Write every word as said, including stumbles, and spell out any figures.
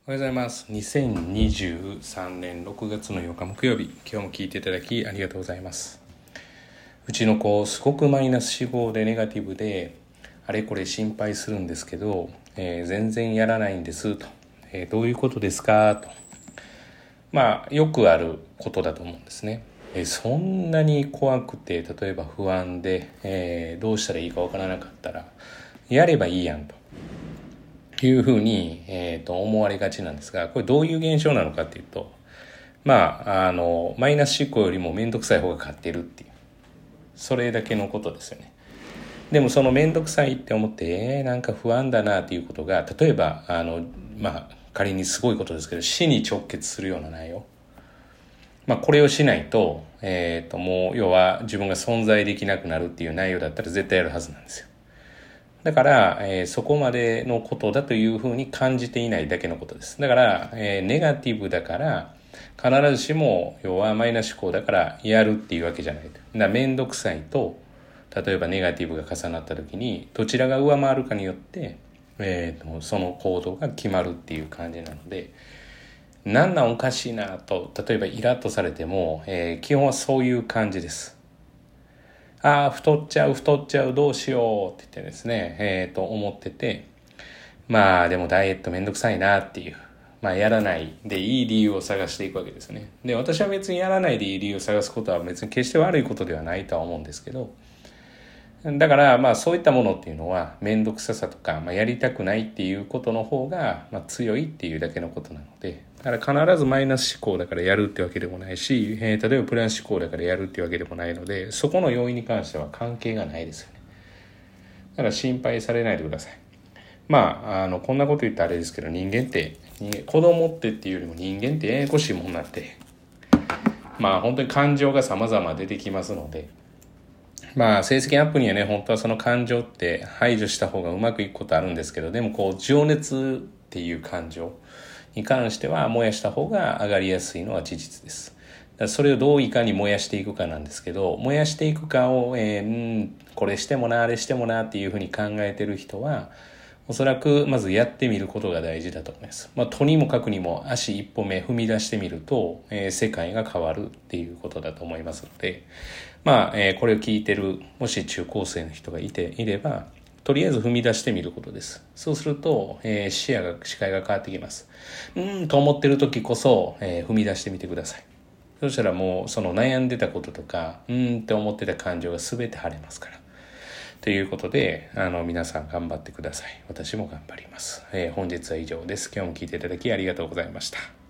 おはようございます。にせんにじゅうさんねんろくがつのようか木曜日、今日も聞いていただきありがとうございます。うちの子すごくマイナス思考でネガティブで、あれこれ心配するんですけど、えー、全然やらないんですと、えー、どういうことですかと、まあよくあることだと思うんですね。えー、そんなに怖くて、例えば不安で、えー、どうしたらいいかわからなかったらやればいいやんというふうに、えー、と思われがちなんですが、これどういう現象なのかっていうと、まああのマイナス思考よりも面倒くさい方が勝ってるっていう、それだけのことですよね。でもその面倒くさいって思って、えー、なんか不安だなっていうことが、例えばあのまあ仮にすごいことですけど、死に直結するような内容、まあこれをしないと、えー、ともう要は自分が存在できなくなるっていう内容だったら絶対やるはずなんですよ。だから、えー、そこまでのことだというふうに感じていないだけのことです。だから、えー、ネガティブだから必ずしも要はマイナス思考だからやるっていうわけじゃないと。だから面倒くさいと、例えばネガティブが重なった時にどちらが上回るかによって、えー、とその行動が決まるっていう感じなので、なんなんおかしいなと例えばイラッとされても、えー、基本はそういう感じです。ああ太っちゃう太っちゃうどうしようって言ってですね、えー、と思ってて、まあでもダイエットめんどくさいなっていう、まあやらないでいい理由を探していくわけですね。で、私は別にやらないでいい理由を探すことは別に決して悪いことではないとは思うんですけど、だからまあそういったものっていうのはめんどくささとか、まあ、やりたくないっていうことの方がまあ強いっていうだけのことなので、だから必ずマイナス思考だからやるってわけでもないし、えー、例えばプラス思考だからやるってわけでもないので、そこの要因に関しては関係がないですよね。だから心配されないでください。まあ、あのこんなこと言ったらあれですけど、人間って子供ってっていうよりも人間ってややこしいもんになって、まあ本当に感情が様々出てきますので、まあ成績アップにはね、本当はその感情って排除した方がうまくいくことあるんですけど、でもこう情熱っていう感情に関しては燃やした方が上がりやすいのは事実です。だからそれをどういかに燃やしていくかなんですけど、燃やしていくかを、えー、うんこれしてもなあれしてもなっていうふうに考えてる人は、おそらくまずやってみることが大事だと思います。まあ、とにもかくにも足一歩目踏み出してみると、えー、世界が変わるっていうことだと思いますので、まあ、えー、これを聞いてる、もし中高生の人がいていれば、とりあえず踏み出してみることです。そうすると、えー、視野が、視界が変わってきます。うーんと思ってる時こそ、えー、踏み出してみてください。そしたらもう、その悩んでたこととか、うーんって思ってた感情が全て晴れますから。ということで、あの皆さん頑張ってください。私も頑張ります。えー、本日は以上です。今日も聞いていただきありがとうございました。